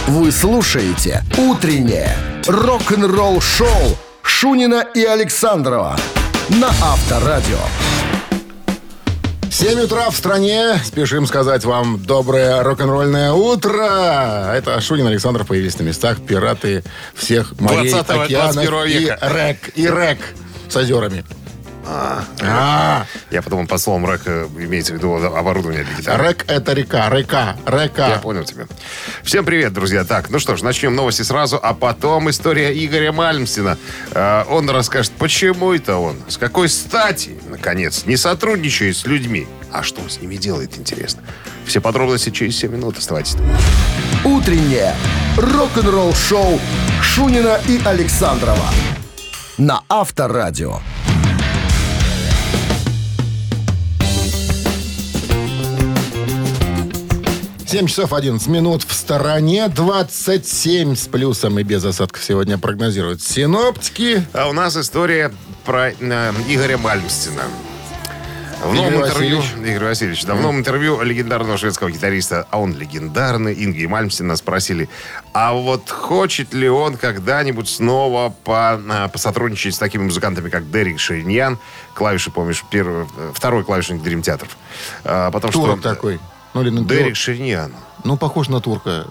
Вы слушаете «Утреннее рок-н-ролл-шоу» Шунина и Александрова на Авторадио. 7 утра в стране. Спешим сказать вам доброе рок-н-ролльное утро. Это Шунин, Александров появились на местах. Пираты всех морей, океанов и рек с озерами. Я подумал, под словом рэк имеется в виду оборудование для гитары. Рэк — это река. Я понял тебя. Всем привет, друзья. Так, ну что ж, начнем новости сразу, а потом история Игоря Мальмстена. Он расскажет, почему это он, с какой стати, наконец, не сотрудничает с людьми. А что он с ними делает, интересно. Все подробности через 7 минут. Оставайтесь. «Утреннее рок-н-ролл-шоу» Шунина и Александрова на Авторадио. 7 часов 11 минут в стороне. 27 с плюсом и без осадков сегодня прогнозируют синоптики. А у нас история про Игоря Мальмстена. В новом интервью Игорь Васильевич, в новом интервью легендарного шведского гитариста, а он легендарный, Ингви Мальмстена, спросили, а вот хочет ли он когда-нибудь снова посотрудничать с такими музыкантами, как Дерек Шериньян, клавиши, помнишь, второй клавишник Dream Theater. Потому Турок что такой. Дерек Шериньян. Ну, похож на турка.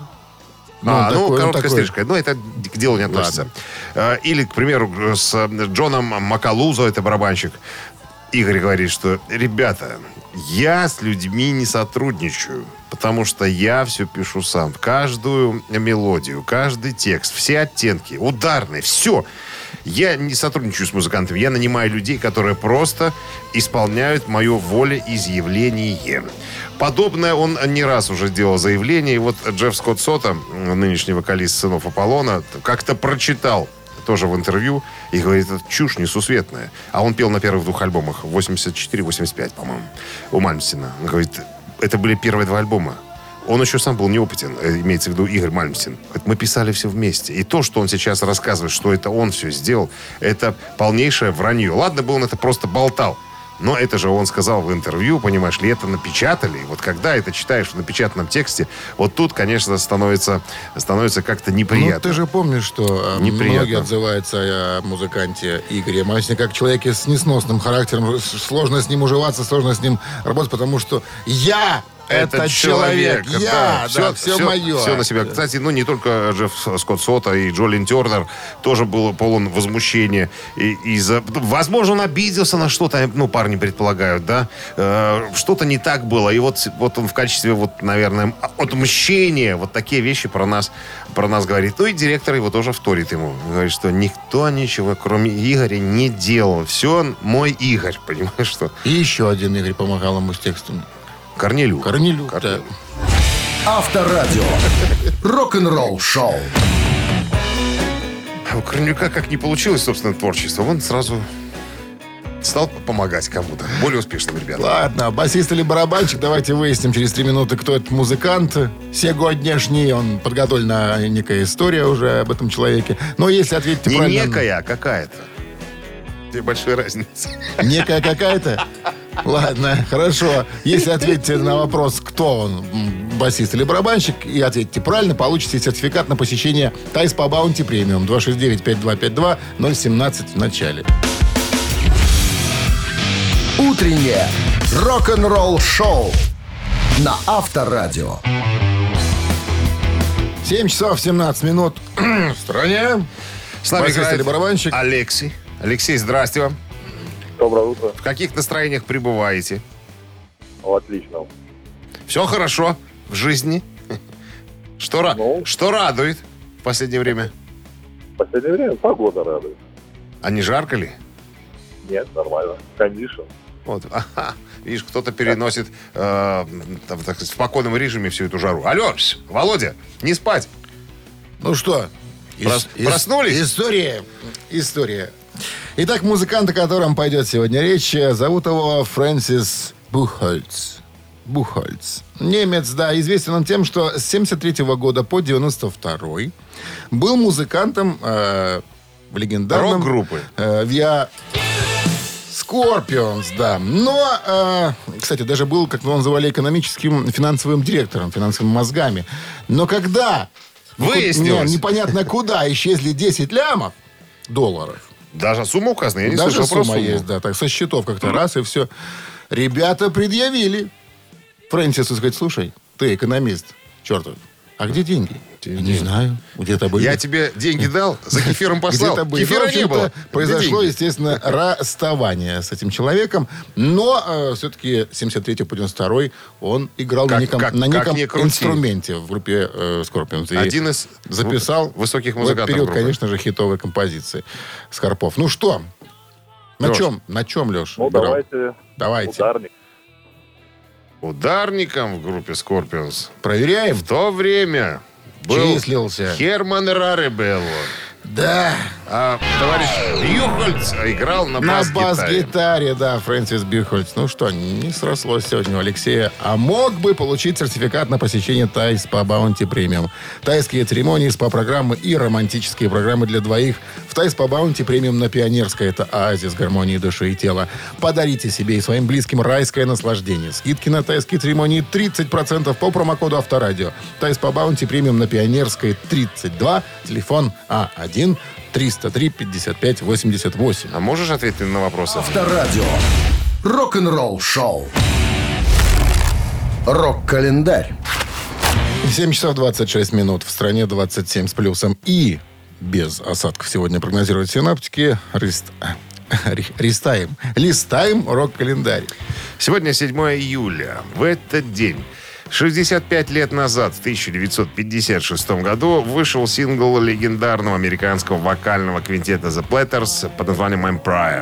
Короткая стрижка. Но это к делу не относится. Или, к примеру, с Джоном Макалузо, это барабанщик. Игорь говорит, что, ребята, я с людьми не сотрудничаю, потому что я все пишу сам. Каждую мелодию, каждый текст, все оттенки, ударные, все. Я не сотрудничаю с музыкантами. Я нанимаю людей, которые просто исполняют мое волеизъявление. Подобное он не раз уже делал заявление. И вот Джефф Скотт Сота, нынешний вокалист «Сынов Аполлона», как-то прочитал тоже в интервью и говорит, это чушь несусветная. А он пел на первых 2 альбомах, 84-85, по-моему, у Мальмстена. Он говорит, это были первые 2 альбома. Он еще сам был неопытен, имеется в виду Игорь Мальмстен. Мы писали все вместе. И то, что он сейчас рассказывает, что это он все сделал, это полнейшее вранье. Ладно бы он это просто болтал. Но это же он сказал в интервью, понимаешь ли, это напечатали. Вот когда это читаешь в напечатанном тексте, вот тут, конечно, становится как-то неприятно. Ну, ты же помнишь, что многие отзываются о музыканте Игоре Мальмстене как человеке с несносным характером. Сложно с ним уживаться, сложно с ним работать, потому что я... Это человек. Все мое. Все на себя. Кстати, не только Джефф Скотт Сота и Джолин Тернер тоже был полон возмущения. Возможно, он обиделся на что-то, парни предполагают, да? Что-то не так было. И вот он в качестве, наверное, отмщения вот такие вещи про нас говорит. Ну и директор его тоже вторит ему. Говорит, что никто ничего, кроме Игоря, не делал. Все мой Игорь, понимаешь, что? И еще один Игорь помогал ему с текстом. Корнелюк. Да. Авторадио. Рок-н-ролл шоу. У Корнелюка как не получилось, собственно, творчество, он сразу стал помогать кому-то. Более успешным ребятам. Ладно, басист или барабанщик, давайте выясним через 3 минуты, кто этот музыкант. Сегодняшний, он подготовлена некая история уже об этом человеке. Но если ответить правильно... Не некая, а какая-то. Две большие разницы. Некая какая-то? Ладно, хорошо. Если ответите на вопрос, кто он, басист или барабанщик, и ответите правильно, получите сертификат на посещение Тайс по Баунти Премиум. 269-5252, 017 в начале. Утреннее рок-н-ролл шоу на Авторадио. 7 часов 17 минут в стране. С нами басист или барабанщик Алексей. Алексей, здрасте вам. Доброе утро. В каких настроениях пребываете? Отлично. Все хорошо в жизни? Что радует в последнее время? В последнее время погода радует. А не жарко ли? Нет, нормально. Кондишн. Вот, видишь, кто-то переносит так сказать, в спокойном режиме всю эту жару. Алло, Володя, не спать. Ну что, проснулись? История. Итак, музыкант, о котором пойдет сегодня речь, зовут его Фрэнсис Бухольц. Немец, да, известен он тем, что с 73 года по 92 был музыкантом в легендарном... Рок-группы. Scorpions, да. Но, кстати, даже был, как его называли, экономическим финансовым директором, финансовыми мозгами. Но когда Выяснилось. Непонятно куда исчезли 10 лямов долларов. Даже сумма указана, я не Даже слышал про сумма сумму. есть, да, так, со счетов как-то раз и все. Ребята предъявили Фрэнсису, сказать, слушай, ты экономист, чертов, а где деньги? Не знаю, где-то были. Я тебе деньги дал, за кефиром послал. Где-то были. Кефира не было. Произошло, естественно, расставание с этим человеком. Но все-таки 73-й по 92-й он играл на неком инструменте в группе Scorpions. Один из записал высоких в музыкантов этот период, группы. конечно же, хитовые композиции Скорпов. Ну что? На чем, Леш? Ну, Давайте. Ударник. Ударником в группе Scorpions Проверяем. в то время был Числился. Херман Раребелло. Да. А товарищ Бьюхольц играл на бас-гитаре. бас-гитаре, да, Фрэнсис Бьюхольц. Ну что, не срослось сегодня у Алексея. А мог бы получить сертификат на посещение Тайс по Баунти Премиум. Тайские церемонии, СПА-программы и романтические программы для двоих. В Тайс по Баунти Премиум на Пионерской. Это оазис гармонии души и тела. Подарите себе и своим близким райское наслаждение. Скидки на тайские церемонии 30% по промокоду Авторадио. Тайс по Баунти Премиум на Пионерской 32. Телефон А1 303 55 88. А можешь ответить на вопросы? Авторадио. Рок-н-ролл шоу. Рок-календарь. 7 часов 26 минут. В стране 27 с плюсом. И без осадков сегодня прогнозируют синоптики. Листаем рок-календарь. Сегодня 7 июля. В этот день 65 лет назад, в 1956 году, вышел сингл легендарного американского вокального квинтета The Platters под названием Empire.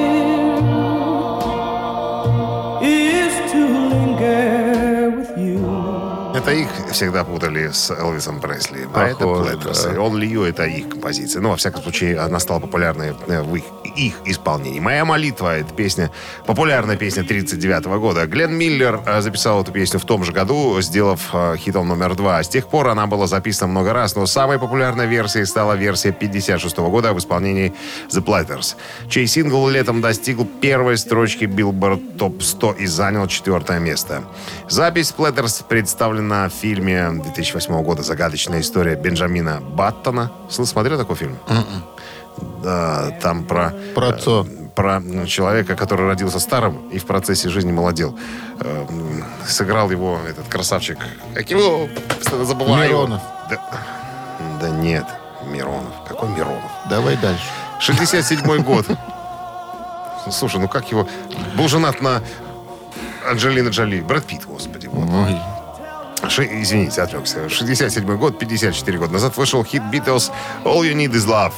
Это их всегда путали с Элвисом Пресли. А это Platters. Да. Only You — это их композиция. Ну, во всяком случае, она стала популярной в их исполнении. «Моя молитва» — это песня, популярная песня 1939 года. Глен Миллер записал эту песню в том же году, сделав хитом номер 2. С тех пор она была записана много раз, но самой популярной версией стала версия 1956 года в исполнении The Platters, чей сингл летом достиг первой строчки Billboard Top 100 и занял 4 место. Запись Platters представлена в фильме 2008 года «Загадочная история Бенджамина Баттона». Смотрел такой фильм? Да, там про человека, который родился старым и в процессе жизни молодел. Сыграл его этот красавчик. Как его? Постоянно забываю. Миронов. Да нет, Миронов. Какой Миронов? Давай дальше. 67-й год. Слушай, ну как его... Был женат на Анджелине Джоли. Брэд Питт, господи. Ой. Извините, отвлекся. 67-й год, 54 года назад вышел хит Beatles «All You Need Is Love».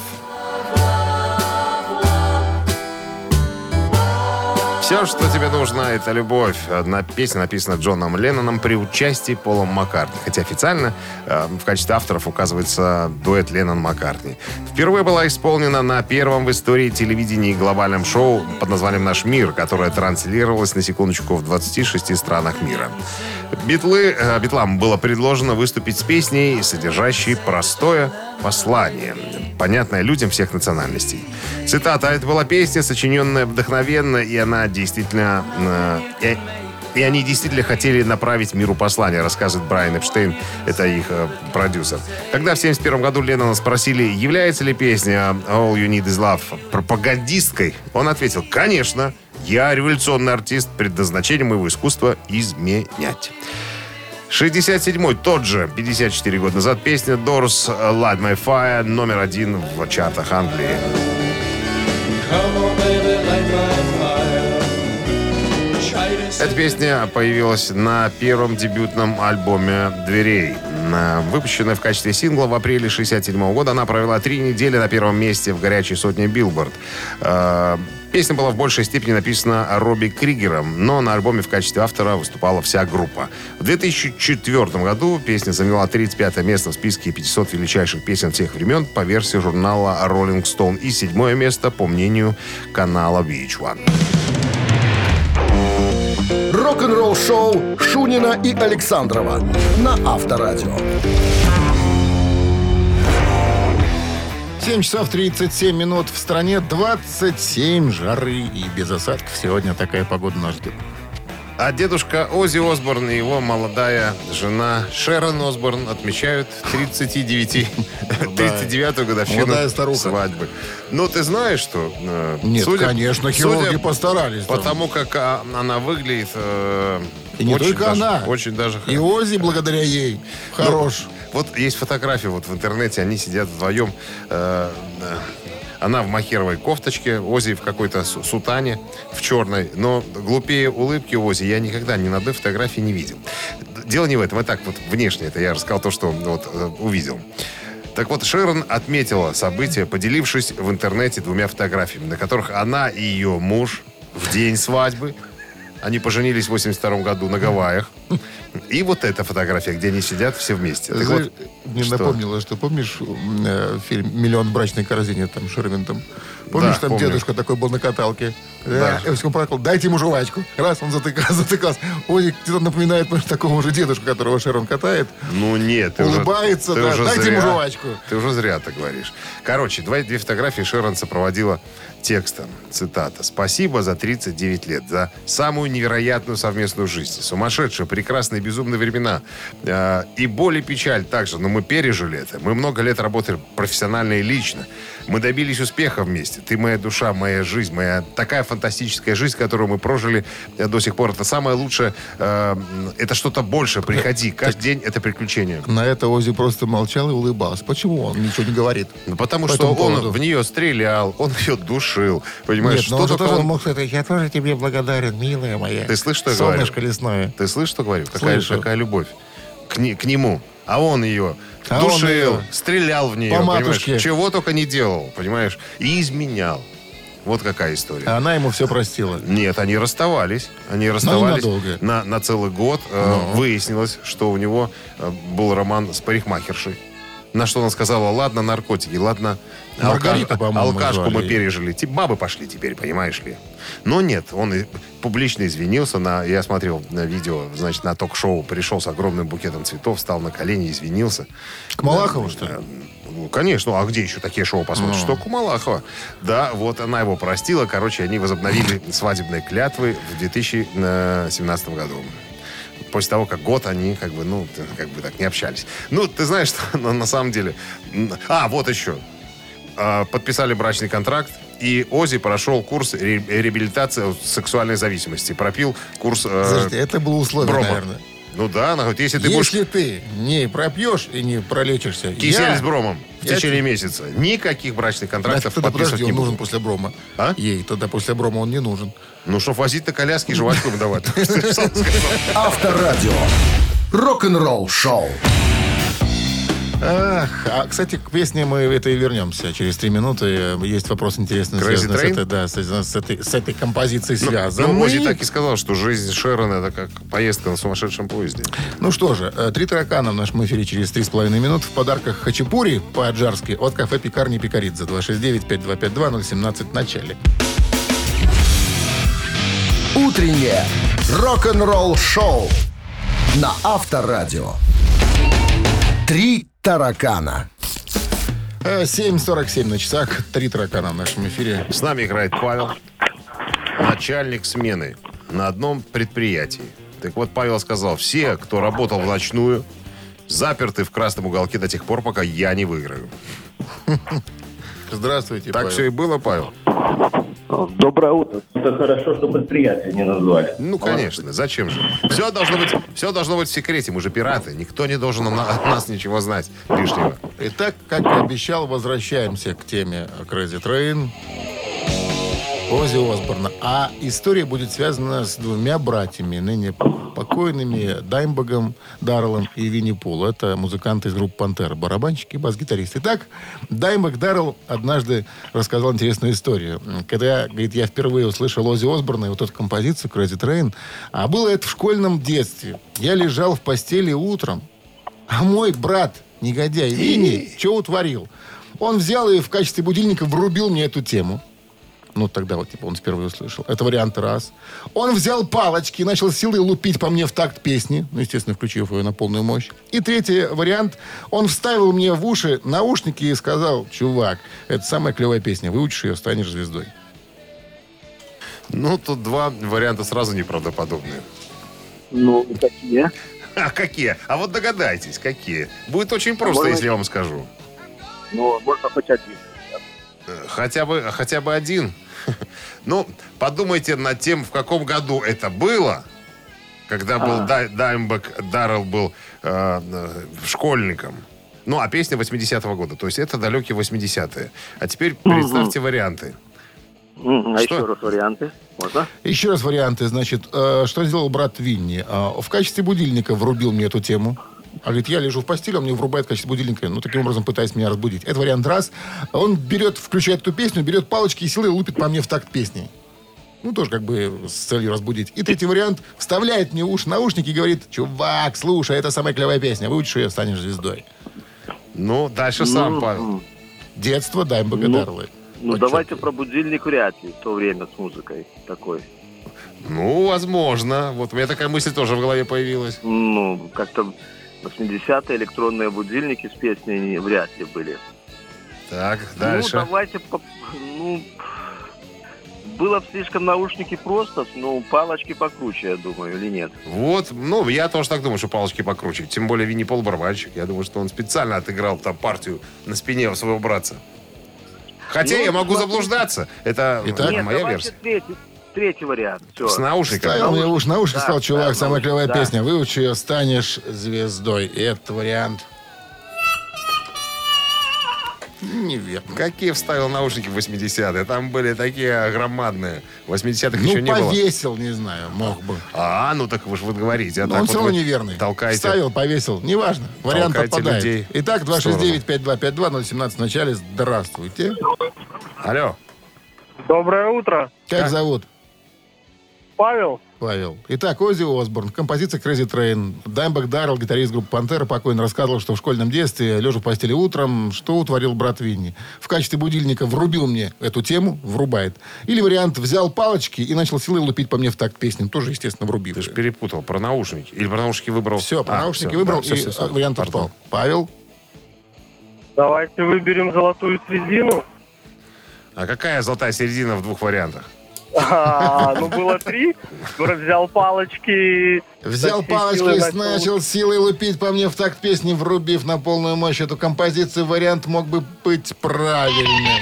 Все, что тебе нужно, это любовь. Одна песня написана Джоном Ленноном при участии Пола Маккартни. Хотя официально в качестве авторов указывается дуэт Леннон-Маккартни. Впервые была исполнена на первом в истории телевидении глобальном шоу под названием «Наш мир», которое транслировалось, на секундочку, в 26 странах мира. Битлам было предложено выступить с песней, содержащей простое послание, понятное людям всех национальностей. Цитата: «Это была песня, сочиненная вдохновенно, и она действительно... И они действительно хотели направить миру послание», рассказывает Брайан Эпштейн, это их продюсер. Когда в 1971 году Леннона спросили, является ли песня «All You Need Is Love» пропагандисткой, он ответил: «Конечно, я революционный артист, предназначение моего искусства изменять». 67-й, тот же, 54 года назад, песня Doors «Light My Fire», номер 1 в чартах Англии. Эта песня появилась на первом дебютном альбоме «Дверей». Выпущенная в качестве сингла в апреле 1967 года, она провела 3 недели на первом месте в горячей сотне Billboard. Песня была в большей степени написана Робби Кригером, но на альбоме в качестве автора выступала вся группа. В 2004 году песня заняла 35 место в списке 500 величайших песен всех времен по версии журнала Rolling Stone и 7 место по мнению канала VH1. Рок-н-ролл шоу Шунина и Александрова на Авторадио. 7 часов 37 минут. В стране 27 жары и без осадков. Сегодня такая погода нас ждет. А дедушка Оззи Осборн и его молодая жена Шерон Осборн отмечают 39-ю годовщину свадьбы. Но ты знаешь, что... Нет, конечно, хирурги постарались. Потому как она выглядит... И не только она. Очень даже... И Оззи благодаря ей хорош. Вот есть фотографии вот в интернете, они сидят вдвоем... Она в махеровой кофточке, Оззи в какой-то сутане, в черной. Но глупее улыбки Оззи я никогда ни на одной фотографии не видел. Дело не в этом. И так вот внешне это я рассказал то, что вот увидел. Так вот, Шерон отметила событие, поделившись в интернете 2 фотографиями, на которых она и ее муж в день свадьбы. Они поженились в 82 году на Гавайях. И вот эта фотография, где они сидят все вместе. Так вот, мне напомнило, что помнишь фильм «Миллион в брачной корзине» там Шервин там? Помнишь, там помню. Дедушка такой был на каталке? Да. Он плакал, дайте ему жвачку. Раз, он затыкался. Ой, где-то напоминает, может, такого же дедушку, которого Шерон катает. Ну нет. Улыбается, ты уже дайте ему жвачку. Ты уже зря так говоришь. Короче, 2 фотографии Шерон сопроводила текстом. Цитата. «Спасибо за 39 лет, за самую невероятную совместную жизнь. Сумасшедшие, прекрасные, безумные времена. И боль и печаль также. Но мы пережили это. Мы много лет работали профессионально и лично. Мы добились успеха вместе. Ты моя душа, моя жизнь, моя такая фантастическая жизнь, которую мы прожили до сих пор. Это самое лучшее. Это что-то большее. Приходи. Каждый день это приключение». На это Оззи просто молчал и улыбался. Почему он ничего не говорит? Ну, потому что он в нее стрелял, он ее душил. Понимаешь, нет, но он же тоже мог сказать: я тоже тебе благодарен, милая моя. Ты слышишь, что я говорю? Солнышко лесное. Ты слышишь, что говорю? Какая любовь к нему. А он ее душил, стрелял в нее, понимаешь? Чего только не делал, понимаешь? И изменял. Вот какая история. А она ему все простила? Нет, они расставались. Они расставались на целый год. Выяснилось, что у него был роман с парикмахершей. На что она сказала: ладно, наркотики, ладно, Маргарита, алкашку мы пережили. Бабы пошли теперь, понимаешь ли. Но нет, он публично извинился. Я смотрел на видео, значит, на ток-шоу. Пришел с огромным букетом цветов, встал на колени, извинился. К Малахову, что ли? Ну, конечно. А где еще такие шоу посмотришь? Что у Малахова. Да, вот она его простила. Короче, они возобновили свадебные клятвы в 2017 году. После того, как год они как бы так не общались. Ну, ты знаешь, что на самом деле... вот еще. Подписали брачный контракт, и Оззи прошел курс реабилитации сексуальной зависимости. Пропил курс... Подожди, это было условие, брома. наверное. Ну да, она говорит, если ты не пропьешь и не пролечишься... Кисель с бромом в течение месяца. Никаких брачных контрактов подписывать не он буду. нужен после брома. Ей тогда после брома он не нужен. Ну, чтоб возить на коляске и жвачку давать. Авторадио. Рок-н-ролл шоу. Кстати, к песне мы это и вернемся. Через 3 минуты есть вопрос интересный, связанный с этой композицией связанный. Ну, Оззи так и сказал, что жизнь Шерон — это как поездка на сумасшедшем поезде. Ну что же, 3 таракана в нашем эфире через 3,5 минуты. В подарках хачапури по-аджарски от кафе «Пекарни Пекаридзе». 269-5252-017 в начале. Утреннее рок-н-ролл шоу на Авторадио. 3 таракана. 7:47 на часах. 3 таракана в нашем эфире. С нами играет Павел, начальник смены на одном предприятии. Так вот, Павел сказал: все, кто работал в ночную, заперты в красном уголке до тех пор, пока я не выиграю. Здравствуйте, так Павел. все и было, Павел? Доброе утро. Это хорошо, что предприятие не назвали. Ну, конечно. Зачем же? Все должно быть в секрете. Мы же пираты. Никто не должен от нас ничего знать лишнего. Итак, как и обещал, возвращаемся к теме Crazy Train. Оззи Осборна. А история будет связана с 2 братьями, ныне покойными, Даймбогом Дарреллом и Винни Пул. Это музыканты из группы «Пантера», барабанщик и бас-гитарист. Итак, Даймбог Даррелл однажды рассказал интересную историю. Когда, говорит, я впервые услышал Оззи Осборна и вот эту композицию «Crazy Train», а было это в школьном детстве. Я лежал в постели утром, а мой брат, негодяй Винни, что утворил? Он взял и в качестве будильника врубил мне эту тему. Ну, тогда вот, он впервые услышал. Это вариант раз. Он взял палочки и начал силой лупить по мне в такт песни. Ну, естественно, включив ее на полную мощь. И 3-й вариант. Он вставил мне в уши наушники и сказал: чувак, это самая клевая песня. Выучишь ее, станешь звездой. Ну, тут 2 варианта сразу неправдоподобные. Ну, какие? А какие? А вот догадайтесь, какие. Будет очень просто, если я вам скажу. Ну, можно хоть один. Хотя бы один. Ну, подумайте над тем, в каком году это было, когда был Даймбек Даррелл был школьником. Ну, а песня 80-го года. То есть это далекие 80-е. А теперь представьте варианты. А еще раз варианты? Можно? Еще раз варианты. Значит, что сделал брат Винни? В качестве будильника врубил мне эту тему. А говорит, я лежу в постели, он мне врубает в качестве будильника, ну, таким образом пытаясь меня разбудить. Это вариант раз. Он включает эту песню, берет палочки и силой лупит по мне в такт песни. Ну, тоже как бы с целью разбудить. И третий вариант. Вставляет мне в уши наушники и говорит, чувак, слушай, это самая клевая песня. Выучишь ее, станешь звездой. Ну, дальше сам, Павел. Детство Даймбека Даррелла. Ну, давайте про будильник вряд ли в то время с музыкой такой. Ну, возможно. Вот у меня такая мысль тоже в голове появилась. Ну, как-то 80-е электронные будильники с песней вряд ли были. Так, дальше. Ну, давайте... Было слишком наушники просто, но палочки покруче, я думаю, или нет? Вот, ну, я тоже так думаю, что палочки покруче. Тем более Винни Пол барабанщик. Я думаю, что он специально отыграл там партию на спине у своего братца. Хотя я могу заблуждаться. Это моя версия. Третий вариант. Все. С наушниками. Ставил мне в наушник, сказал, чувак, самая клевая песня. Выучи ее, станешь звездой. И этот вариант... Неверно. Какие вставил наушники в 80-е? Там были такие громадные. В 80-х еще не было. Ну, повесил, не знаю, мог бы. Ну так вы же говорите. Но он все равно неверный. Толкаете. Вставил, повесил. Неважно. Вариант попадает. Людей. Итак, 269-5252-017 в начале. Здравствуйте. Алло. Доброе утро. Как зовут? Павел. Павел. Итак, Оззи Осборн, композиция Crazy Train. Даймбек Даррелл, гитарист группы «Пантера», покойно рассказывал, что в школьном детстве, лежа в постели утром, что утворил брат Винни. В качестве будильника врубил мне эту тему, врубает. Или вариант, взял палочки и начал силой лупить по мне в такт песни. Тоже, естественно, врубил. Ты же перепутал про наушники. Или про наушники выбрал? Все, про наушники выбрал, да, и вариант отпал. Павел? Давайте выберем золотую середину. А какая золотая середина в двух вариантах? Было 3. Взял палочки. Взял палочку и начал силой лупить по мне в такт песни, врубив на полную мощь эту композицию. Вариант мог бы быть правильным.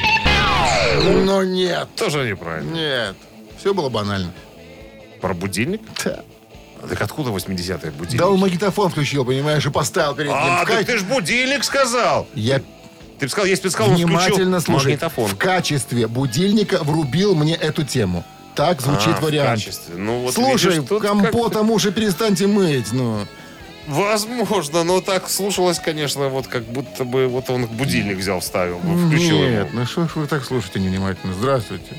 Но нет. Тоже неправильно. Нет. Все было банально. Про будильник? Да. Так откуда 80-е будильник? Да он магнитофон включил, понимаешь, и поставил перед ним. Так ты ж будильник сказал. Ты бы сказал, если бы сказал, он внимательно включил магнитофон. В качестве будильника врубил мне эту тему. Так звучит вариант. В качестве. Ну, вот слушай, видишь, компотом уши перестаньте мыть. Возможно, но так слушалось, конечно, вот как будто бы вот он будильник взял, вставил, включил Нет, его. что ж вы так слушаете невнимательно? Здравствуйте.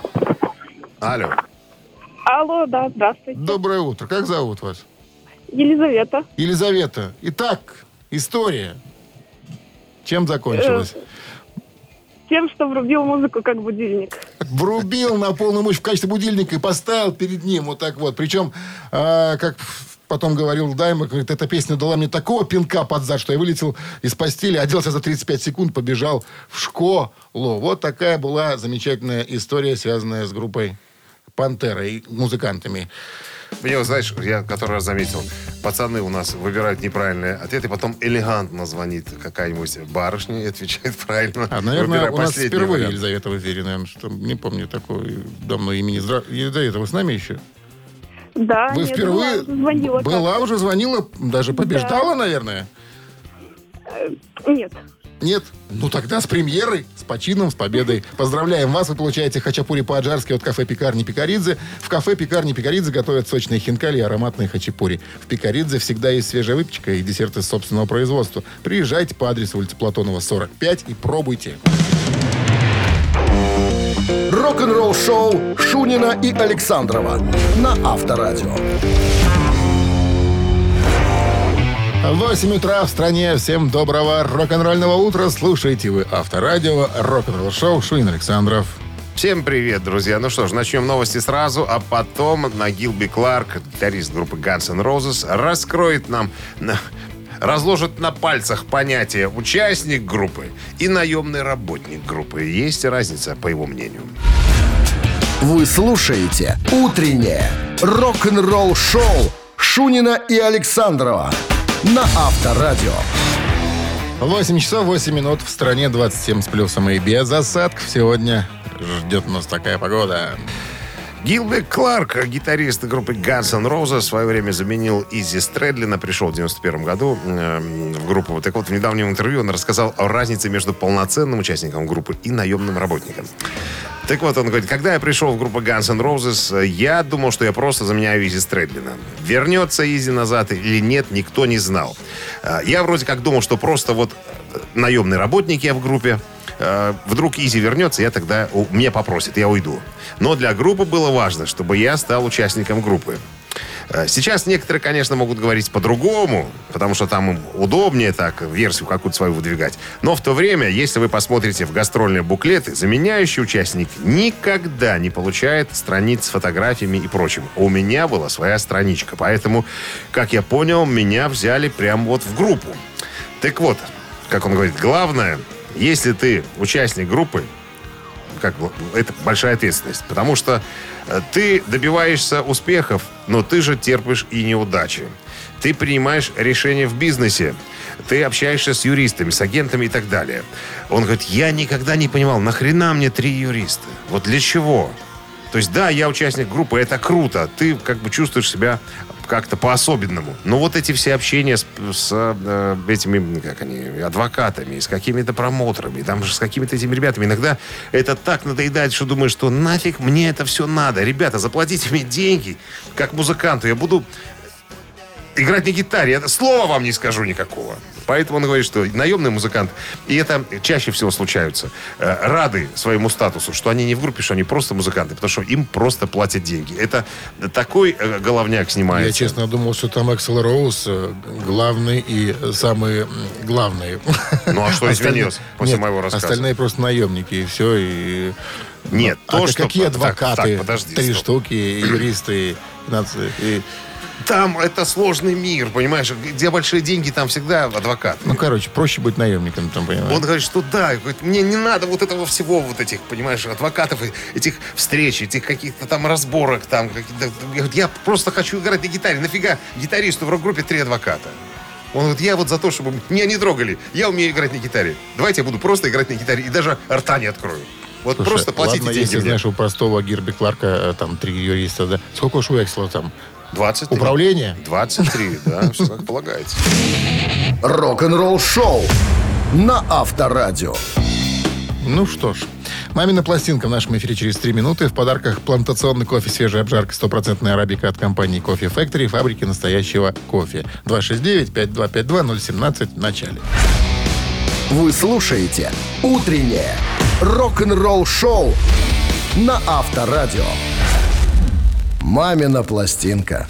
Алло. Алло, да, здравствуйте. Доброе утро. Как зовут вас? Елизавета. Елизавета. Итак, история. Чем закончилась? Тем, что врубил музыку как будильник. Врубил на полную мощь в качестве будильника и поставил перед ним вот так вот. Причем, как потом говорил Даймбек, говорит, эта песня дала мне такого пинка под зад, что я вылетел из постели, оделся за 35 секунд, побежал в школу. Вот такая была замечательная история, связанная с группой «Пантера» и музыкантами. Мне, знаешь, я который раз заметил, пацаны у нас выбирают неправильные ответы, потом элегантно звонит какая-нибудь барышня и отвечает правильно. Наверное, у нас впервые вариант. Елизавета в эфире, наверное, что не помню такого давно имени. Елизавета, вы с нами еще? Да, вы впервые уже звонила, даже побеждала, наверное? Нет. Нет? Ну тогда с премьерой, с почином, с победой. Поздравляем вас, вы получаете хачапури по-аджарски от кафе-пекарни Пикаридзе. В кафе-пекарни Пикаридзе готовят сочные хинкали и ароматные хачапури. В Пикаридзе всегда есть свежая выпечка и десерты собственного производства. Приезжайте по адресу улица Платонова, 45 и пробуйте. Рок-н-ролл шоу Шунина и Александрова на Авторадио. 8 утра в стране. Всем доброго рок-н-ролльного утра. Слушайте вы Авторадио, рок-н-ролл шоу Шунин Александров. Всем привет, друзья. Ну что ж, начнем новости сразу, а потом Гилби Кларк, гитарист группы Guns N' Roses, раскроет нам, разложит на пальцах понятие участник группы и наемный работник группы. Есть разница, по его мнению. Вы слушаете «Утреннее рок-н-ролл шоу» Шунина и Александрова на Авторадио. 8 часов 8 минут, в стране 27 с плюсом и без осадков. Сегодня ждет нас такая погода. Гилбек Кларк, гитарист группы Guns N' Roses, в свое время заменил Изи Стрэдлина, пришел в 91 году в группу. Так вот, в недавнем интервью он рассказал о разнице между полноценным участником группы и наемным работником. Так вот, он говорит, когда я пришел в группу Guns N' Roses, я думал, что я просто заменяю Изи Стрэдлина. Вернется Изи назад или нет, никто не знал. Я вроде как думал, что просто вот наемный работник я в группе. Вдруг Изи вернется, я тогда меня попросит, я уйду. Но для группы было важно, чтобы я стал участником группы. Сейчас некоторые, конечно, могут говорить по-другому, потому что там им удобнее так версию какую-то свою выдвигать. Но в то время, если вы посмотрите в гастрольные буклеты, заменяющий участник никогда не получает страниц с фотографиями и прочим. У меня была своя страничка, поэтому, как я понял, меня взяли прямо вот в группу. Так вот, как он говорит, главное, если ты участник группы, это большая ответственность, потому что ты добиваешься успехов, но ты же терпишь и неудачи. Ты принимаешь решения в бизнесе, ты общаешься с юристами, с агентами и так далее. Он говорит, я никогда не понимал, нахрена мне 3 юриста? Вот для чего? То есть, да, я участник группы, это круто, ты как бы чувствуешь себя как-то по-особенному. Но вот эти все общения с этими, как они, адвокатами, с какими-то промоутерами, там же с какими-то этими ребятами, иногда это так надоедает, что думаешь, что нафиг мне это все надо. Ребята, заплатите мне деньги, как музыканту, я буду играть на гитаре. Я слова вам не скажу никакого. Поэтому он говорит, что наемный музыкант, и это чаще всего случаются, рады своему статусу, что они не в группе, что они просто музыканты, потому что им просто платят деньги. Это такой головняк снимается. Я, честно, думал, что там Эксел Роуз главный и самый главный. Ну, а что изменилось после моего рассказа? Остальные просто наемники, и все. И... Нет, какие адвокаты? Так, подожди, 3 штуки, юристы, и... Там это сложный мир, понимаешь? Где большие деньги, там всегда адвокат. Ну, короче, проще быть наемником, там, понимаешь? Он говорит, что да, мне не надо вот этого всего, вот этих, понимаешь, адвокатов, этих встреч, этих каких-то там разборок, там. Я просто хочу играть на гитаре. Нафига гитаристу в рок-группе 3 адвоката? Он говорит, я вот за то, чтобы меня не трогали. Я умею играть на гитаре. Давайте я буду просто играть на гитаре и даже рта не открою. Вот. Слушай, просто платите ладно, деньги если, мне. Знаешь, у простого Гирби Кларка там 3 юриста, да? Сколько уж у Эксела там? 23. Управление? 23, да, все как полагается. Рок-н-ролл шоу на Авторадио. Ну что ж, «Мамина пластинка» в нашем эфире через 3 минуты. В подарках плантационный кофе, свежая обжарка, 100% арабика от компании Coffee Factory, фабрики настоящего кофе. 269-5252-017 в начале. Вы слушаете «Утреннее рок-н-ролл шоу» на Авторадио. «Мамина пластинка».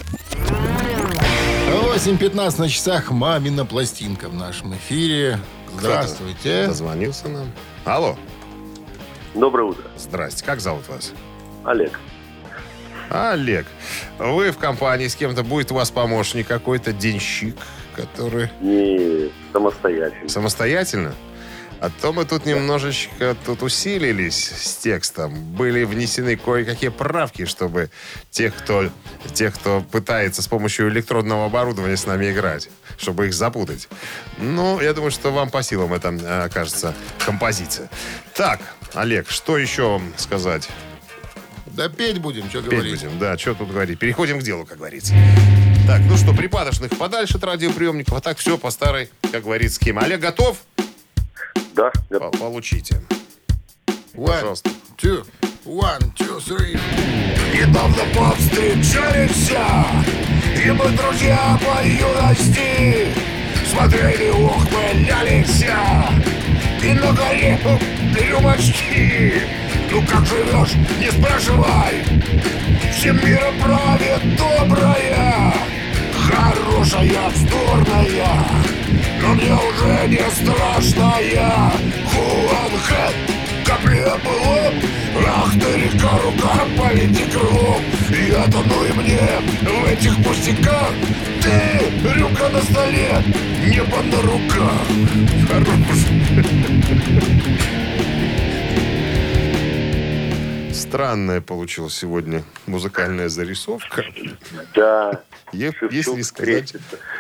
8:15 на часах. «Мамина пластинка» в нашем эфире. Здравствуйте. Дозвонился нам. Алло. Доброе утро. Здрасте. Как зовут вас? Олег. Олег. Вы в компании с кем-то, будет у вас помощник какой-то, денщик, который... Не самостоятельно. Самостоятельно? А то мы тут немножечко усилились с текстом. Были внесены кое-какие правки, чтобы тех, кто пытается с помощью электронного оборудования с нами играть, чтобы их запутать. Ну, я думаю, что вам по силам это окажется композиция. Так, Олег, что еще сказать? Да петь будем, что Петь говорить. будем, да, что тут говорить. Переходим к делу, как говорится. Так, ну что, припадочных подальше от радиоприемников, а так все по старой, как говорится, схеме. Олег, готов? Да. Получите. Пожалуйста. 1, 2, 3. Недавно повстречались, и мы друзья по юности. Смотрели, ухмылялись, и на горе рюмочки. Ну как живешь, не спрашивай. Всем миром правит добрая, хорошая, вздорная, но мне уже не страшная. Хуанхэ, капля было, ах ты река, рука, полети крылом. Я тону и мне в этих пустяках. Ты, рюмка на столе, небо на руках. Странная получилась сегодня музыкальная зарисовка. Да. Если сказать...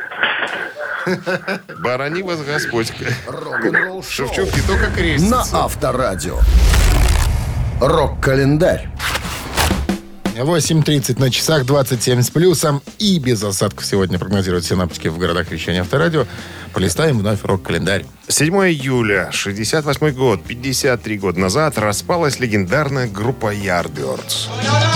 Барани вас Господь. Рок-н-ролл шоу Шевчук не только крестится. на Авторадио. Рок-календарь. 8:30 на часах, 27 с плюсом и без осадков сегодня прогнозируют синоптики в городах вещания Авторадио. Полистаем вновь рок-календарь. 7 июля, 68 год, 53 года назад распалась легендарная группа Yardbirds.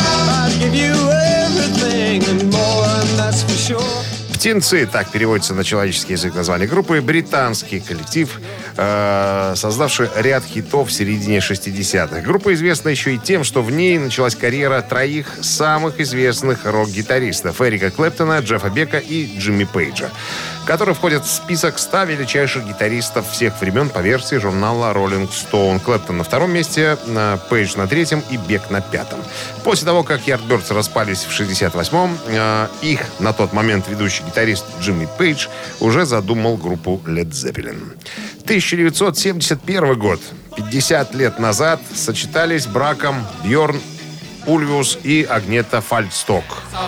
«Птенцы» — так переводится на человеческий язык название группы. Британский коллектив, создавший ряд хитов в середине 60-х. Группа известна еще и тем, что в ней началась карьера троих самых известных рок-гитаристов: Эрика Клэптона, Джеффа Бека и Джимми Пейджа, которые входят в список 100 величайших гитаристов всех времен по версии журнала Rolling Stone. Клэптон на втором месте, Пейдж на третьем и Бек на пятом. После того, как Yardbirds распались в 68-м, их на тот момент ведущий гитарист Джимми Пейдж уже задумал группу Led Zeppelin. 1971 год. 50 лет назад сочетались браком Бьорн Ульвиус и Агнета Фальсток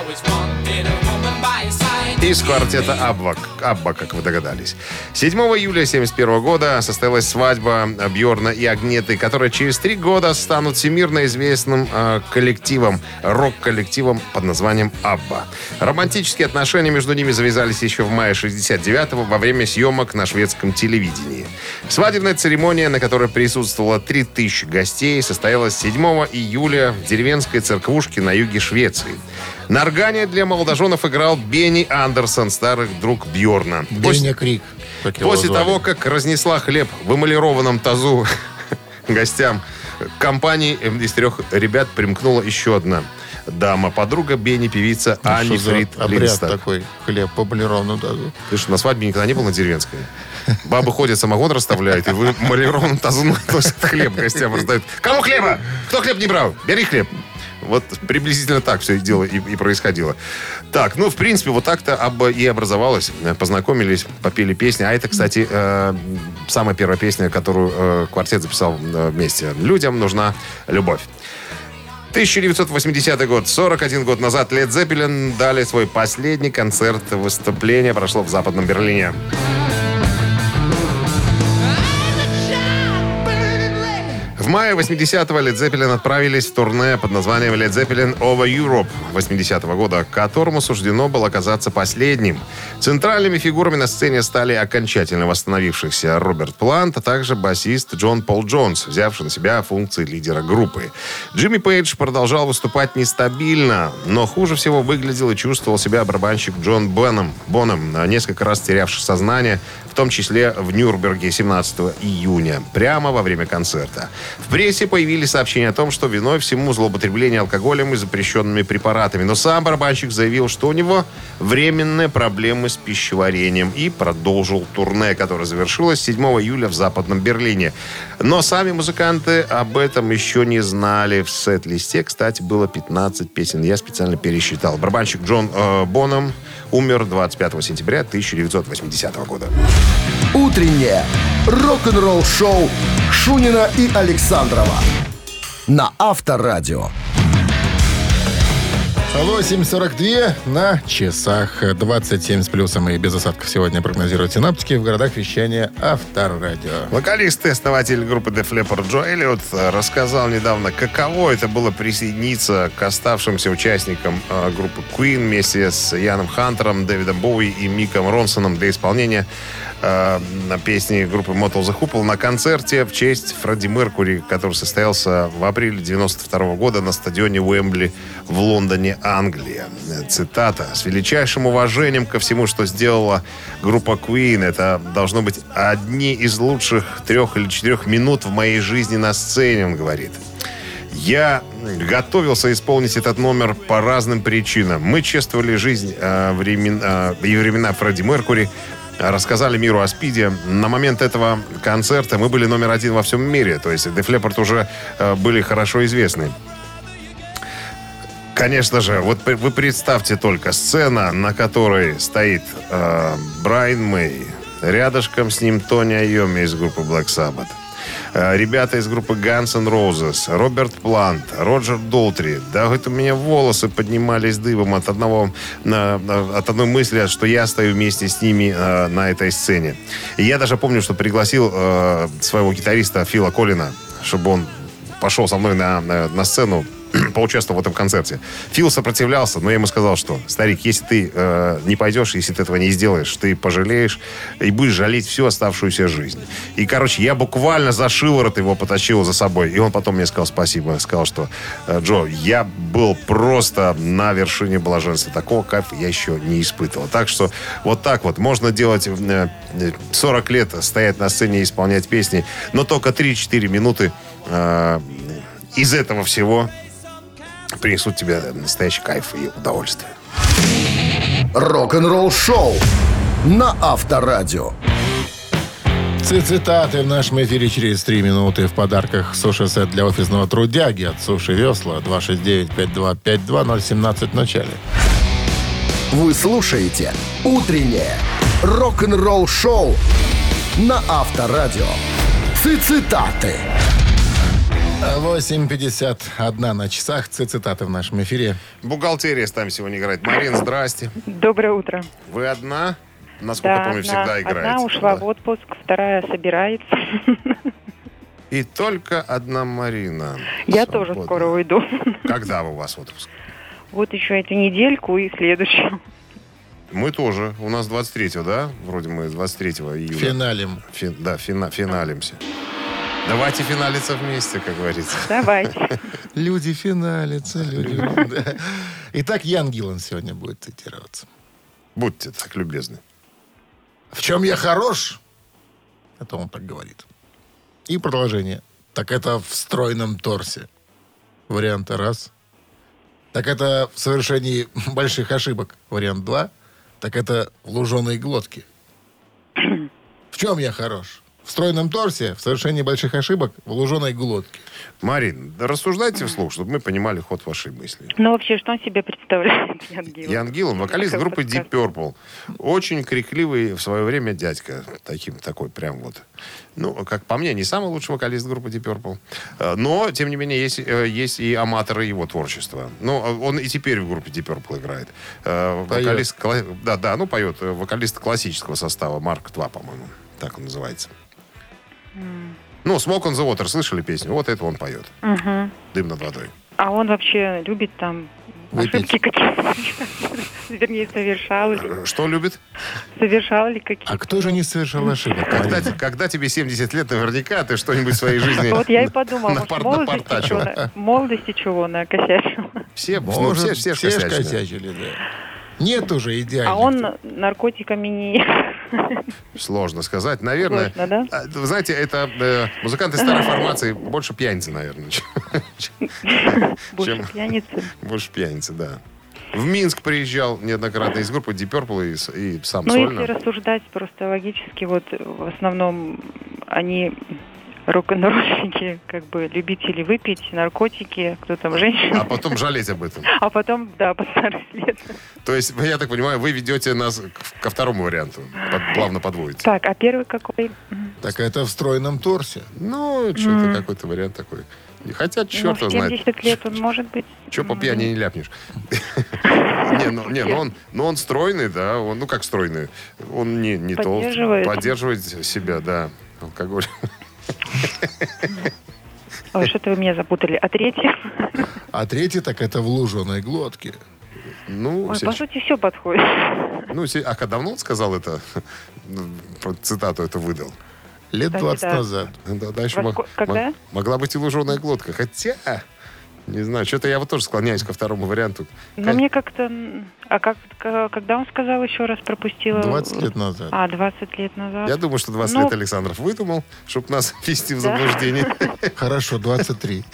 из квартета Абба, как вы догадались. 7 июля 1971 года состоялась свадьба Бьорна и Агнеты, которая через 3 года станут всемирно известным коллективом, рок-коллективом под названием Абба. Романтические отношения между ними завязались еще в мае 1969-го во время съемок на шведском телевидении. Свадебная церемония, на которой присутствовало 3000 гостей, состоялась 7 июля в деревенской церквушке на юге Швеции. На органе для молодоженов играл Бенни Андерсон, старый друг Бьорна. Бенни Крик. После того, как разнесла хлеб в эмалированном тазу гостям, к компании из 3 ребят примкнула еще одна дама, подруга Бенни, певица Ани Фрид Линдстад. Такой хлеб по эмалированному тазу. Ты что, на свадьбе никогда не был на деревенской? Бабы ходят, самогон расставляют, и в эмалированном тазу носят хлеб гостям, раздают. Кому хлеба? Кто хлеб не брал? Бери хлеб. Вот приблизительно так все дело и происходило. Так, в принципе, вот так-то Абба и образовалась. Познакомились, попели песни. А это, кстати, самая первая песня, которую квартет записал вместе. «Людям нужна любовь». 1980 год. 41 год назад Led Zeppelin дали свой последний концерт. Выступление прошло в Западном Берлине. В мае 80-го Led Zeppelin отправились в турне под названием Led Zeppelin Over Europe 80-го года, которому суждено было оказаться последним. Центральными фигурами на сцене стали окончательно восстановившийся Роберт Плант, а также басист Джон Пол Джонс, взявший на себя функции лидера группы. Джимми Пейдж продолжал выступать нестабильно, но хуже всего выглядел и чувствовал себя барабанщик Джон Бонем, несколько раз терявший сознание, в том числе в Нюрнберге 17 июня, прямо во время концерта. В прессе появились сообщения о том, что виной всему злоупотребление алкоголем и запрещенными препаратами. Но сам барабанщик заявил, что у него временные проблемы с пищеварением, и продолжил турне, которое завершилось 7 июля в Западном Берлине. Но сами музыканты об этом еще не знали. В сет-листе, кстати, было 15 песен. Я специально пересчитал. Барабанщик Джон Бонем умер 25 сентября 1980 года. Утреннее рок-н-ролл-шоу Шунина и Александрова на Авторадио. 8:42 на часах, 27 с плюсом и без осадков сегодня прогнозируют синаптики в городах вещания Авторадио. Вокалист и основатель группы Def Leppard Джо Эллиот рассказал недавно, каково это было присоединиться к оставшимся участникам группы Queen вместе с Яном Хантером, Дэвидом Боуи и Миком Ронсоном для исполнения на песни группы Motley Crue на концерте в честь Фредди Меркьюри, который состоялся в апреле 1992 года на стадионе Уэмбли в Лондоне, Англия. Цитата: «С величайшим уважением ко всему, что сделала группа Queen, это должно быть одни из лучших 3 или 4 минут в моей жизни на сцене», он говорит. «Я готовился исполнить этот номер по разным причинам. Мы чествовали жизнь и времена Фредди Меркьюри, рассказали миру о спиде. На момент этого концерта мы были номер 1 во всем мире. То есть Def Leppard уже были хорошо известны. Конечно же, вот вы представьте только сцена, на которой стоит Брайан Мэй. Рядышком с ним Тони Айоми из группы Black Sabbath. Ребята из группы Guns N' Roses, Роберт Плант, Роджер Долтри. Да, хоть у меня волосы поднимались дыбом от одной мысли, что я стою вместе с ними на этой сцене. И я даже помню, что пригласил своего гитариста Фила Коллина, чтобы он пошел со мной на сцену, поучаствовал в этом концерте. Фил сопротивлялся, но я ему сказал, что, старик, если ты не пойдешь, если ты этого не сделаешь, ты пожалеешь и будешь жалеть всю оставшуюся жизнь. И, короче, я буквально за шиворот его потащил за собой. И он потом мне сказал спасибо. Сказал, что, Джо, я был просто на вершине блаженства. Такого кайфа я еще не испытывал. Так что вот так вот можно делать 40 лет, стоять на сцене и исполнять песни, но только 3-4 минуты из этого всего принесут тебе настоящий кайф и удовольствие. Рок-н-ролл шоу на Авторадио. Цитаты в нашем эфире через 3 минуты. В подарках суши-сет для офисного трудяги от Суши Весла 269-5252, 017 в начале. Вы слушаете «Утреннее рок-н-ролл шоу» на Авторадио. Цитаты. 8:51 на часах. Цитаты в нашем эфире. Бухгалтерия там сегодня играет. Марин, здрасте. Доброе утро. Вы одна? Насколько помню, всегда играете. Одна ушла в отпуск, вторая собирается. И только одна Марина. Я тоже скоро уйду. Когда у вас отпуск? Вот еще эту недельку и следующую. Мы тоже. У нас 23-го, да? Вроде мы 23 июля. Финалем. Финалимся. Давайте финалиться вместе, как говорится. Давайте. Люди финалятся, люди. Да. Итак, Ян Гиллан сегодня будет цитироваться. Будьте так любезны. В чем я хорош? Это он так говорит. И продолжение. Так это в стройном торсе. Вариант раз. Так это в совершении больших ошибок. Вариант 2. Так это в луженой глотке. В чем я хорош? В стройном торсе, в совершении больших ошибок, в луженой глотке. Марин, да рассуждайте вслух, чтобы мы понимали ход вашей мысли. Ну, вообще, что он себе представляет, Ян Гиллан? Ян Гиллан, вокалист группы Deep Purple. Очень крикливый в свое время дядька. Такой прям вот. Ну, как по мне, не самый лучший вокалист группы Deep Purple. Но, тем не менее, есть и аматоры его творчества. Ну, он и теперь в группе Deep Purple играет. Вокалист, поет. Вокалист классического состава, Марк 2, по-моему. Так он называется. Ну, Smoke on the Water, слышали песню? Вот это он поет. Угу. Дым над водой. А он вообще любит там ошибки какие-то? Вернее, совершал ли? Что любит? Совершал ли какие-то? А кто же не совершал ошибок? Когда тебе 70 лет, наверняка ты что-нибудь в своей жизни Вот я и подумала, напортачил. молодости чего накосячил. Все косячили, да. Нет уже идеальных. А он наркотиками не... Сложно сказать. Наверное, сложно, да? Вы знаете, это музыканты старой формации больше пьяницы, наверное. Больше пьяницы? Больше пьяницы, да. В Минск приезжал неоднократно из группы Deep Purple и сам Ну, сольно. если рассуждать просто логически, вот в основном они... рок-н-ролльщики, как бы любители выпить, наркотики, кто там, женщины. А потом жалеть об этом. А потом, да, под старость лет. То есть, я так понимаю, вы ведете нас ко второму варианту. Плавно подводите. Так, а первый какой? Так это в стройном торсе. Ну, что-то какой-то вариант такой. Хотя, черт его знает. 70 лет он может быть. Че по пьяни не ляпнешь? Ну он стройный, да. Ну как стройный? Он не толстый. Поддерживает себя, да. Алкоголь. Ой, что-то вы меня запутали. А третий? А третий, так это в луженой глотке. Ну, ой, по сути, все подходит. Ну, а давно он сказал это? Цитату это выдал? Лет 20 назад. Да, еще Когда? Могла быть и луженая глотка. Хотя, не знаю, что-то я вот тоже склоняюсь ко второму варианту. Ну, мне как-то... А когда он сказал, еще раз пропустила? 20 лет назад. 20 лет назад. Я думаю, что 20 лет Александров выдумал, чтобы нас ввести в заблуждение. Хорошо, 23.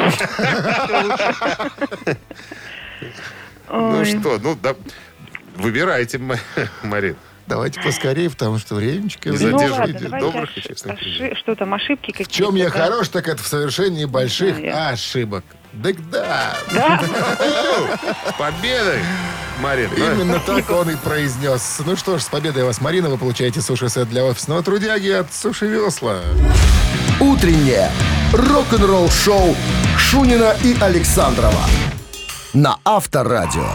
Ну что, выбирайте, Марин. Давайте поскорее, потому что времечко... Не задерживайте. Добрых и честных. Что там, ошибки какие-то? В чем я хорош, так это в совершении больших ошибок. Да. С победой, Марин. Именно так он и произнес. Ну что ж, с победой вас, Марина. Вы получаете суши-сет для офисного трудяги от Суши Весла. Утреннее рок-н-ролл-шоу Шунина и Александрова на Авторадио.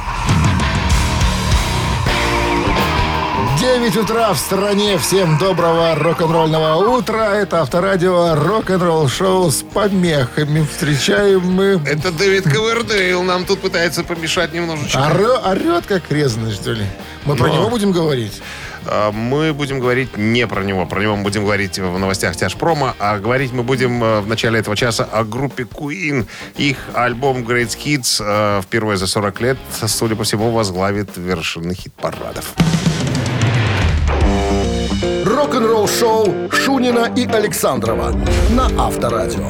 9 утра в стране. Всем доброго рок-н-ролльного утра. Это Авторадио рок-н-ролл шоу с помехами. Встречаем мы... Это Дэвид Ковердейл нам тут пытается помешать немножечко. Орет как резаный, что ли? Мы про него будем говорить? Мы будем говорить не про него. Про него мы будем говорить в новостях Тяжпрома. А говорить мы будем в начале этого часа о группе Queen. Их альбом Great Hits впервые за 40 лет, судя по всему, возглавит вершины хит-парадов. Рок-н-ролл-шоу Шунина и Александрова на Авторадио.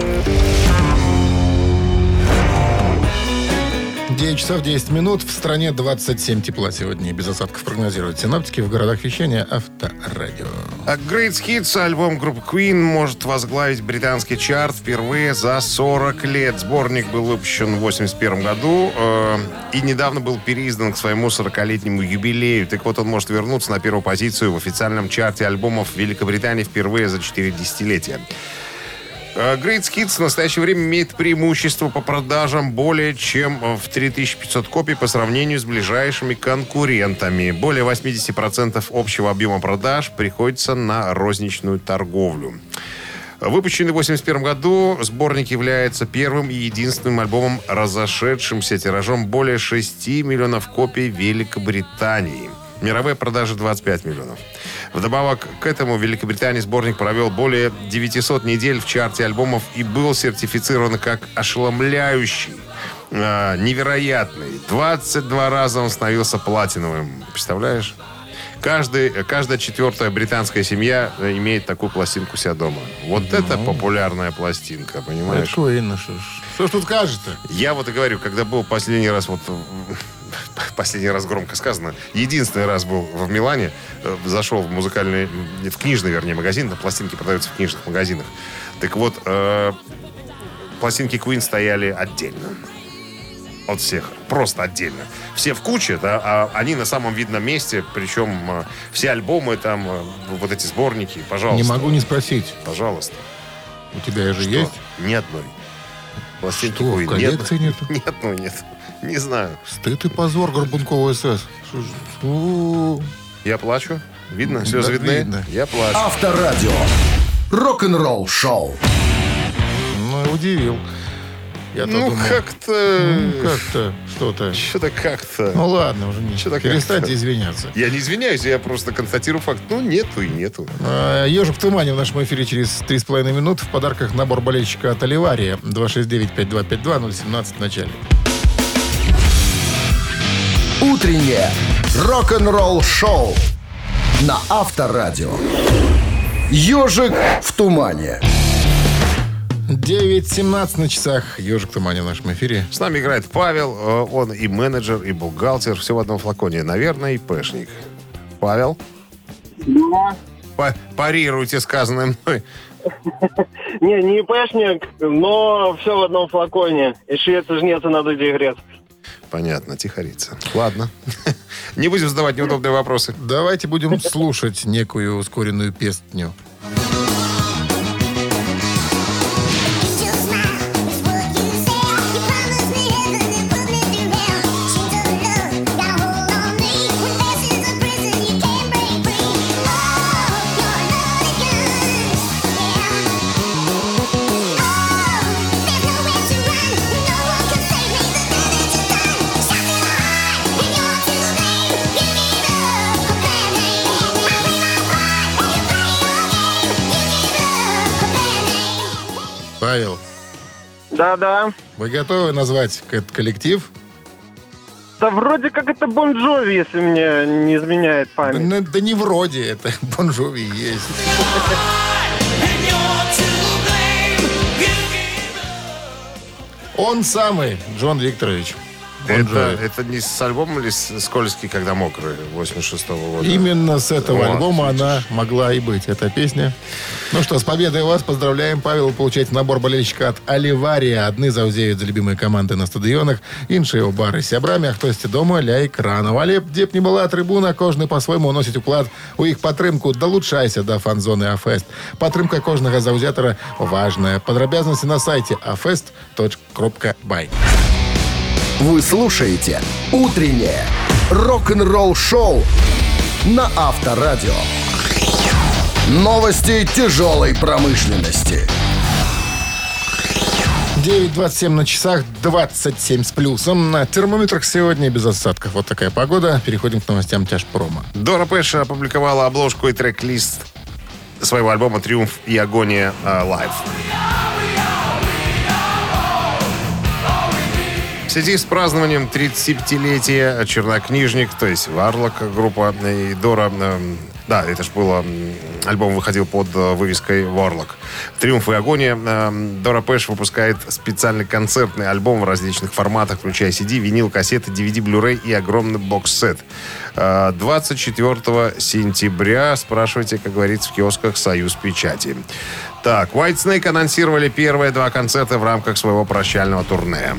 9 часов 10 минут. В стране 27 тепла сегодня. И без осадков прогнозируют синоптики. В городах вещания Авторадио. Great Hits, альбом группы Queen, может возглавить британский чарт впервые за 40 лет. Сборник был выпущен в 1981 году и недавно был переиздан к своему 40-летнему юбилею. Так вот, он может вернуться на первую позицию в официальном чарте альбомов Великобритании впервые за 4 десятилетия. Great Hits в настоящее время имеет преимущество по продажам более чем в 3500 копий по сравнению с ближайшими конкурентами. Более 80% общего объема продаж приходится на розничную торговлю. Выпущенный в 1981 году, сборник является первым и единственным альбомом, разошедшимся тиражом более 6 миллионов копий в Великобритании. Мировые продажи 25 миллионов. Вдобавок к этому в Великобритании сборник провел более 900 недель в чарте альбомов и был сертифицирован как ошеломляющий, невероятный. 22 раза он становился платиновым. Представляешь? Каждая четвертая британская семья имеет такую пластинку у себя дома. Вот это популярная пластинка, понимаешь? Что ж тут кажется? Я вот и говорю, когда был последний раз громко сказано, единственный раз был в Милане, зашел в книжный, магазин, на пластинки продаются в книжных магазинах. Так вот, пластинки Queen стояли отдельно. От всех. Просто отдельно. Все в куче, да, а они на самом видном месте, причем все альбомы там, вот эти сборники, пожалуйста. Не могу не спросить. Пожалуйста. У тебя же есть? Ни одной. Пластинки Что, в коллекции нету? Ни одной нет. Не знаю. Стыд и позор Горбункова СС. Я плачу. Видно? Слезы видны? Видно. Я плачу. Авторадио. Рок-н-ролл шоу. Ну, удивил. Я-то думал, как-то... что-то. Что-то как-то. Ну, ладно, уже не. Перестаньте извиняться. Я не извиняюсь, я просто констатирую факт. Ну, нету и нету. «Ежик в тумане» в нашем эфире через 3,5 минуты. В подарках набор болельщика от Оливария. 269-5252-017 в начале. Утреннее рок-н-ролл шоу на Авторадио. «Ежик в тумане». 9:17 на часах. «Ежик в тумане» в нашем эфире. С нами играет Павел. Он и менеджер, и бухгалтер. Все в одном флаконе. Наверное, и пэшник. Павел? Парируйте сказанное мной. Не ИПшник, но все в одном флаконе. И швецы жнец на дуде грец. Понятно, тихорица. Ладно. Не будем задавать неудобные вопросы. Давайте будем слушать некую ускоренную песню. Павел. Да-да. Вы готовы назвать этот коллектив? Да вроде как это Бон Джови, если мне не изменяет память. Да не вроде, это Бон Джови есть. Он самый, Джон Викторович. Это не с альбома ли «Скользкий, когда мокрый» 86-го года? Именно с этого альбома она могла и быть, эта песня. Ну что, с победой вас поздравляем. Павел, вы получаете набор болельщика от Оливария. Одни заузеют за любимые команды на стадионах, іншие у бары з сябрамі, а хтось дома ля экранаў. Але дзе б не была трыбуна, кожны по-свойму уносіць уклад у іх падтрымку. Далучайся да фан-зоны Афест. Падтрымка кожнага заўзятара важная. Падрабязнасці на сайте afest.by. Вы слушаете «Утреннее рок-н-ролл-шоу» на Авторадио. Новости тяжелой промышленности. 9:27 на часах, 27 с плюсом. На термометрах сегодня без осадков. Вот такая погода. Переходим к новостям тяжпрома. Дора Пэш опубликовала обложку и трек-лист своего альбома «Триумф и агония Live». В связи с празднованием 35-летия «Чернокнижник», то есть Варлок группа, и Дора... Да, это же было... Альбом выходил под вывеской «Варлок». «Триумф и агония». Дора Пэш выпускает специальный концертный альбом в различных форматах, включая CD, винил, кассеты, DVD, Blu-ray и огромный бокс-сет. 24 сентября, спрашивайте, как говорится, в киосках «Союз Печати». Так, Whitesnake анонсировали первые 2 концерта в рамках своего прощального турне.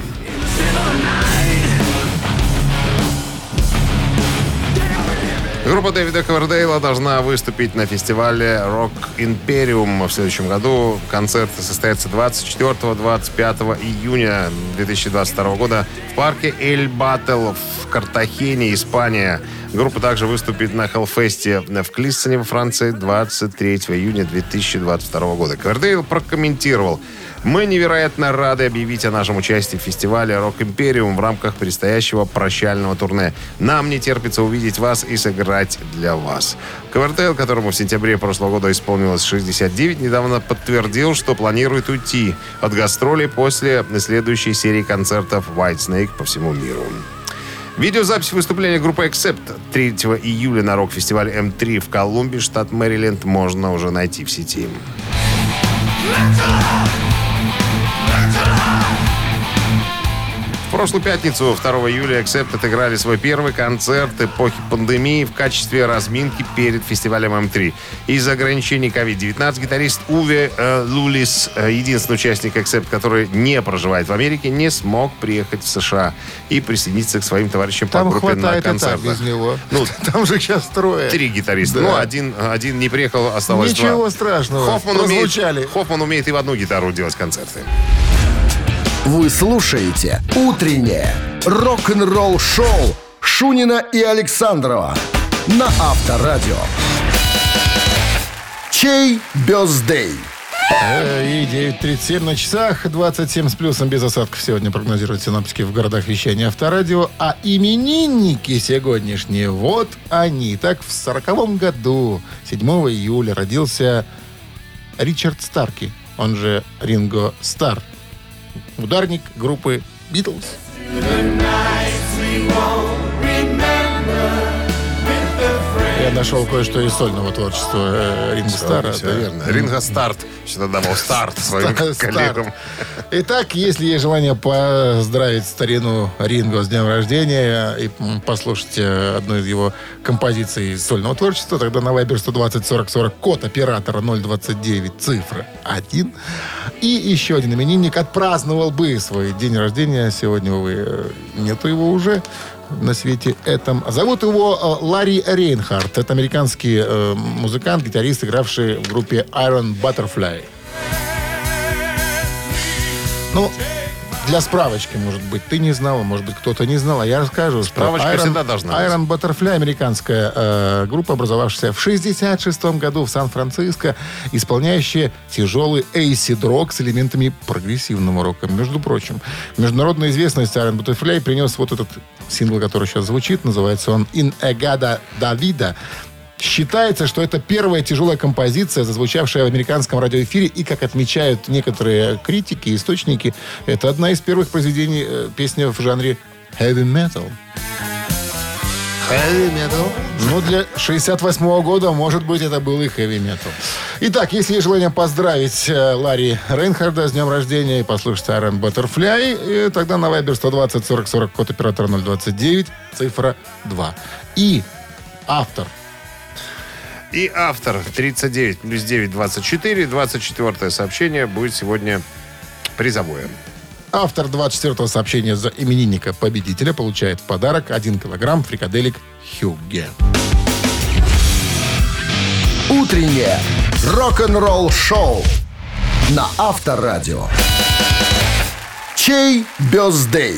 Группа Дэвида Ковердейла должна выступить на фестивале Rock Imperium в следующем году. Концерты состоятся 24-25 июня 2022 года в парке Эль Баттл в Картахене, Испания. Группа также выступит на Хеллфесте в Клиссоне во Франции 23 июня 2022 года. Ковердейл прокомментировал: «Мы невероятно рады объявить о нашем участии в фестивале Rock Imperium в рамках предстоящего прощального турне. Нам не терпится увидеть вас и сыграть для вас». Ковердейл, которому в сентябре прошлого года исполнилось 69, недавно подтвердил, что планирует уйти от гастролей после следующей серии концертов Whitesnake по всему миру. Видеозапись выступления группы Accept 3 июля на рок-фестивале М3 в Колумбии, штат Мэриленд, можно уже найти в сети. В прошлую пятницу, 2 июля, Accept отыграли свой первый концерт эпохи пандемии в качестве разминки перед фестивалем М3. Из-за ограничений COVID-19 гитарист Уве Лулис, единственный участник Accept, который не проживает в Америке, не смог приехать в США и присоединиться к своим товарищам по группе на концертах. Без него. Ну, там же сейчас 3 гитариста. Да. Ну, один не приехал, осталось 2. Ничего страшного. Хоффман умеет и в одну гитару делать концерты. Вы слушаете «Утреннее рок-н-ролл-шоу» Шунина и Александрова на Авторадио. Чей бёздей? И 9:37 на часах, 27 с плюсом без осадков сегодня прогнозируют синоптики в городах вещания Авторадио. А именинники сегодняшние, вот они. Так, в 40-м году, 7 июля, родился Ричард Старки, он же Ринго Стар. Ударник группы «Битлз». Я нашел кое-что из сольного творчества Ринго Стара. Все верно. Ринго Старт. Что-то давал старт своим коллегам. Итак, если есть желание поздравить старину Ринго с днем рождения и послушать одну из его композиций сольного творчества, тогда на Viber 120 40 40, код оператора 029, цифра 1. И еще один именинник отпраздновал бы свой день рождения. Сегодня, увы, нету его уже на свете этом. Зовут его Ларри Рейнхард. Это американский музыкант, гитарист, игравший в группе Iron Butterfly. Ну, для справочки, может быть, ты не знал, может быть, кто-то не знал, а я расскажу. Справочка всегда должна быть. Iron Butterfly, американская группа, образовавшаяся в 1966 году в Сан-Франциско, исполняющая тяжелый эйсид-рок с элементами прогрессивного рока. Между прочим, международную известность Iron Butterfly принес вот этот сингл, который сейчас звучит. Называется он «In Agada Davida». Считается, что это первая тяжелая композиция, зазвучавшая в американском радиоэфире, и, как отмечают некоторые критики и источники, это одна из первых произведений песни в жанре heavy metal. Heavy metal. Ну, для 68-го года, может быть, это был и хэви-метал. Итак, если есть желание поздравить Ларри Рейнхарда с днем рождения и послушать Iron Butterfly, тогда на Viber 120 40 40, код оператора 029, цифра 2. И автор 39 плюс 9, 24. 24-е сообщение будет сегодня призовое. Автор 24-го сообщения за именинника победителя получает в подарок 1 килограмм фрикаделек Хюгге. Утреннее рок-н-ролл-шоу на Авторадио. Чей бёздей?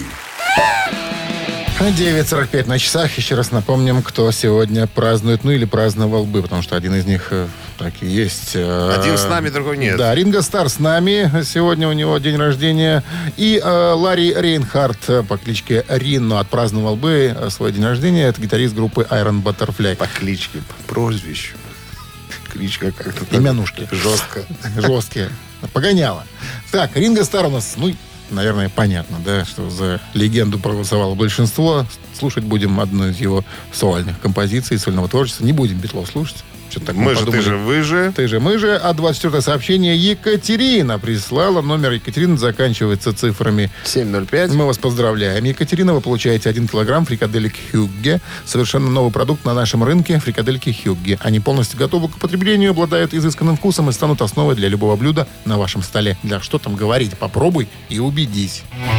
9:45 на часах. Еще раз напомним, кто сегодня празднует, ну или праздновал бы, потому что один из них так и есть. Один с нами, другой нет. Да, Ринго Старр с нами. Сегодня у него день рождения. И Ларри Рейнхард по кличке Рино отпраздновал бы свой день рождения. Это гитарист группы Iron Butterfly. По кличке, по прозвищу. Кличка как-то... Именушки. Жестко. Жесткие. Погоняло. Так, Ринго Старр у нас, наверное, понятно, да, что за легенду проголосовало большинство. Слушать будем одну из его сольных композиций, сольного творчества. Не будем Битлов слушать. Мы же, ты же, вы же. Ты же, мы же. А 24-е сообщение Екатерина прислала. Номер Екатерины заканчивается цифрами 705. Мы вас поздравляем. Екатерина, вы получаете 1 килограмм фрикаделек Хюгге. Совершенно новый продукт на нашем рынке. Фрикадельки Хюгге. Они полностью готовы к употреблению, обладают изысканным вкусом и станут основой для любого блюда на вашем столе. Да что там говорить, попробуй и убедись.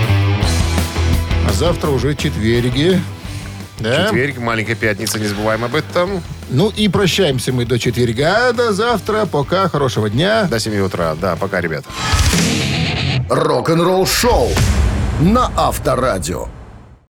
А завтра уже четверги. Да? Четверг, маленькая пятница, не забываем об этом. Ну и прощаемся мы до четверга. До завтра. Пока. Хорошего дня. До 7 утра. Да, пока, ребята. Рок-н-ролл-шоу на Авторадио.